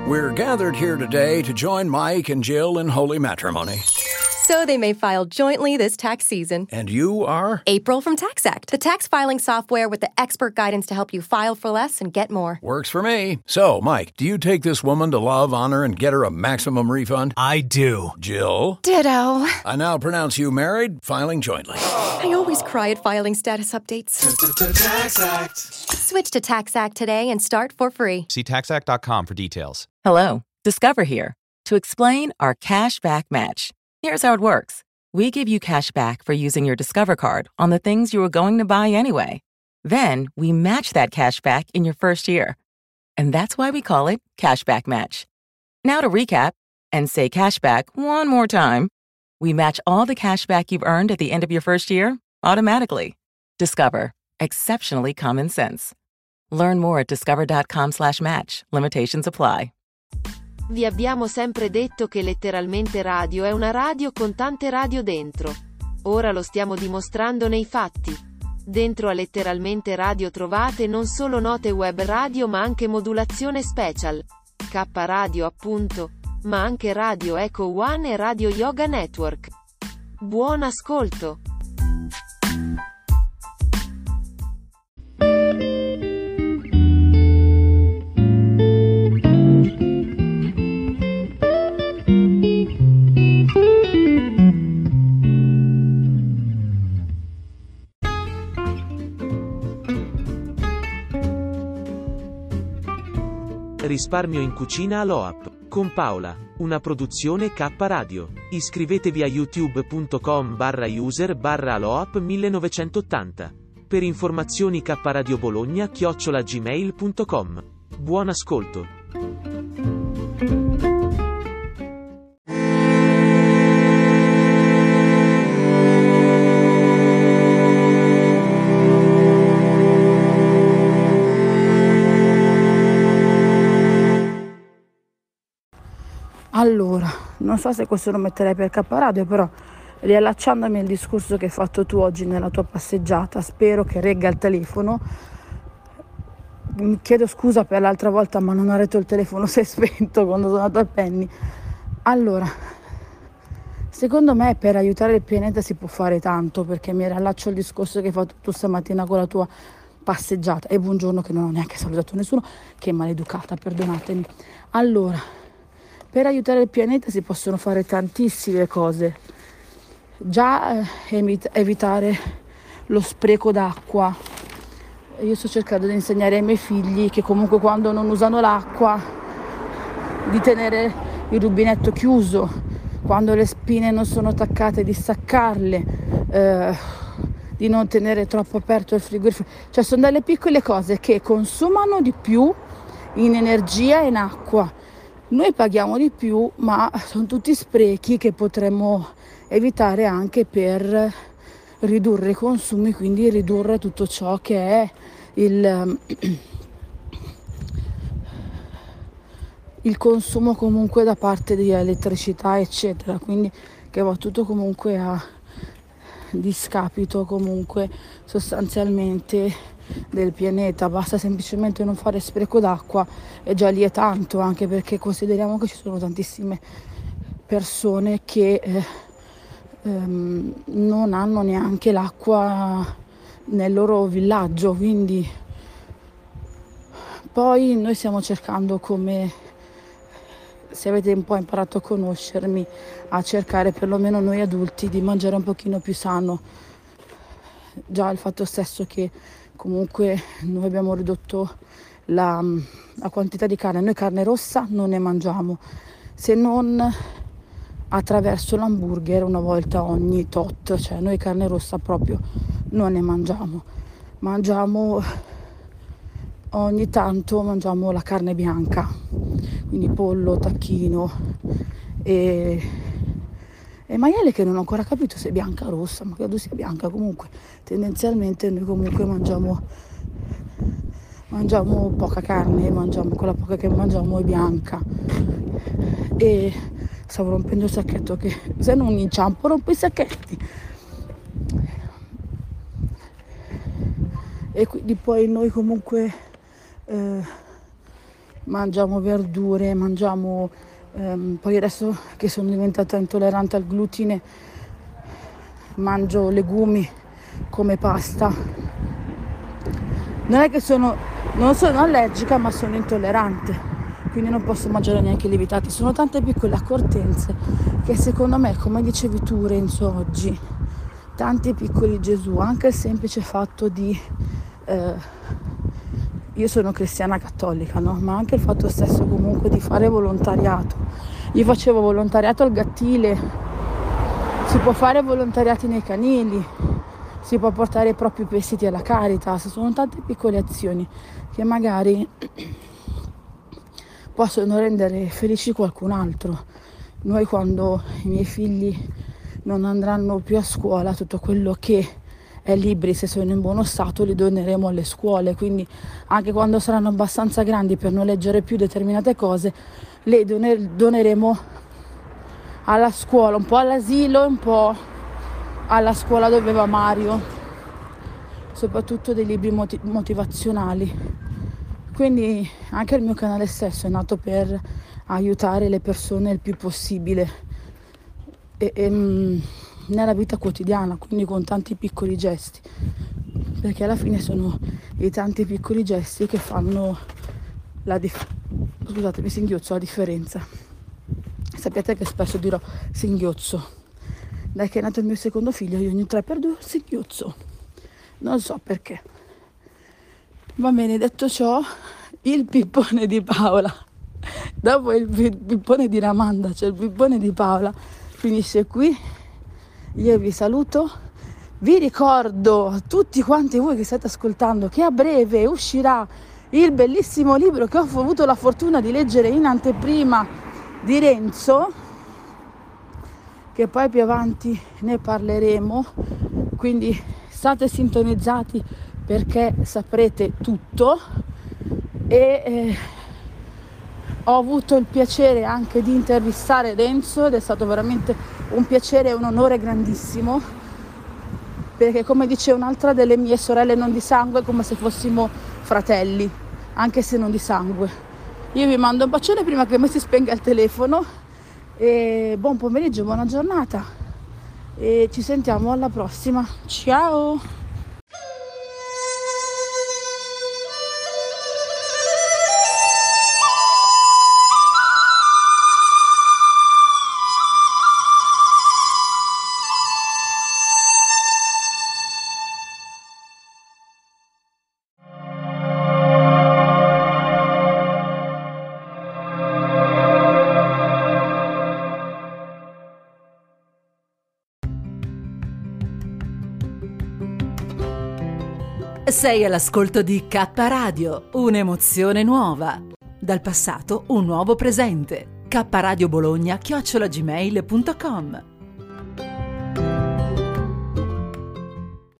We're gathered here today to join Mike and Jill in holy matrimony. So they may file jointly this tax season. And you are? April from TaxAct, the tax filing software with the expert guidance to help you file for less and get more. Works for me. So, Mike, do you take this woman to love, honor, and get her a maximum refund? I do. Jill? Ditto. I now pronounce you married, filing jointly. I always cry at filing status updates. TaxAct. Switch to TaxAct today and start for free. See taxact.com for details. Hello, Discover here to explain our cash back match. Here's how it works. We give you cash back for using your Discover card on the things you were going to buy anyway. Then we match that cash back in your first year. And that's why we call it Cashback Match. Now to recap and say cashback one more time. We match all the cash back you've earned at the end of your first year automatically. Discover. Exceptionally common sense. Learn more at discover.com/match. Limitations apply. Vi abbiamo sempre detto che Letteralmente Radio è una radio con tante radio dentro. Ora lo stiamo dimostrando nei fatti. Dentro a Letteralmente Radio trovate non solo note web radio ma anche modulazione special. K Radio appunto, ma anche Radio Echo One e Radio Yoga Network. Buon ascolto! Risparmio in cucina Aloap. Con Paola. Una produzione K Radio. Iscrivetevi a youtube.com/user/Aloap 1980. Per informazioni kradiobologna@gmail.com. Buon ascolto. Allora, non so se questo lo metterei per K Radio, però riallacciandomi al discorso che hai fatto tu oggi nella tua passeggiata, spero che regga il telefono. Mi chiedo scusa per l'altra volta, ma non ho retto il telefono, si è spento quando sono andato al Penny. Allora, secondo me per aiutare il pianeta si può fare tanto, perché mi riallaccio al discorso che hai fatto tu stamattina con la tua passeggiata. E buongiorno, che non ho neanche salutato nessuno, che maleducata, perdonatemi. Allora, per aiutare il pianeta si possono fare tantissime cose. Già evitare lo spreco d'acqua. Io sto cercando di insegnare ai miei figli che comunque quando non usano l'acqua di tenere il rubinetto chiuso, quando le spine non sono attaccate di staccarle, di non tenere troppo aperto il frigorifero. Cioè sono delle piccole cose che consumano di più in energia e in acqua. Noi paghiamo di più, ma sono tutti sprechi che potremmo evitare anche per ridurre i consumi, quindi ridurre tutto ciò che è il consumo comunque da parte di elettricità, eccetera, quindi che va tutto comunque a discapito comunque sostanzialmente del pianeta. Basta semplicemente non fare spreco d'acqua e già lì è tanto, anche perché consideriamo che ci sono tantissime persone che non hanno neanche l'acqua nel loro villaggio, quindi poi noi stiamo cercando, come se avete un po' imparato a conoscermi, a cercare perlomeno noi adulti di mangiare un pochino più sano. Già il fatto stesso che comunque noi abbiamo ridotto la quantità di carne, noi carne rossa non ne mangiamo, se non attraverso l'hamburger una volta ogni tot, cioè noi carne rossa proprio non ne mangiamo ogni tanto mangiamo la carne bianca, quindi pollo, tacchino e maiale, che non ho ancora capito se è bianca o rossa, ma credo sia bianca. Comunque tendenzialmente noi comunque mangiamo poca carne, quella poca che mangiamo è bianca. E stavo rompendo il sacchetto, che se non inciampo rompo i sacchetti. E quindi poi noi comunque mangiamo verdure, mangiamo poi adesso che sono diventata intollerante al glutine mangio legumi come pasta. Non è che non sono allergica, ma sono intollerante, quindi non posso mangiare neanche i lievitati. Sono tante piccole accortenze che secondo me, come dicevi tu Renzo oggi, tanti piccoli Gesù, anche il semplice fatto di io sono cristiana cattolica, no? Ma anche il fatto stesso comunque di fare volontariato. Io facevo volontariato al Gattile, si può fare volontariati nei canili, si può portare i propri vestiti alla Caritas, sono tante piccole azioni che magari possono rendere felici qualcun altro. Noi quando i miei figli non andranno più a scuola, tutto quello che è libri, se sono in buono stato, li doneremo alle scuole, quindi anche quando saranno abbastanza grandi per non leggere più determinate cose, le doneremo alla scuola, un po' all'asilo, un po' alla scuola dove va Mario, soprattutto dei libri motivazionali. Quindi anche il mio canale stesso è nato per aiutare le persone il più possibile e nella vita quotidiana, quindi con tanti piccoli gesti, perché alla fine sono i tanti piccoli gesti che fanno scusatemi, singhiozzo, la differenza. Sapete che spesso dirò singhiozzo, dai che è nato il mio secondo figlio io ogni 3x2 singhiozzo, non so perché. Va bene, detto ciò, il pippone di Paola, dopo il pippone di Ramanda, cioè il pippone di Paola, finisce qui. Io vi saluto, vi ricordo a tutti quanti voi che state ascoltando che a breve uscirà il bellissimo libro che ho avuto la fortuna di leggere in anteprima di Renzo, che poi più avanti ne parleremo, quindi state sintonizzati perché saprete tutto. E ho avuto il piacere anche di intervistare Renzo ed è stato veramente un piacere e un onore grandissimo, perché come dice un'altra delle mie sorelle non di sangue, è come se fossimo fratelli, anche se non di sangue. Io vi mando un bacione prima che mi si spenga il telefono e buon pomeriggio, buona giornata e ci sentiamo alla prossima. Ciao! Sei all'ascolto di K Radio, un'emozione nuova. Dal passato un nuovo presente. kradiobologna@gmail.com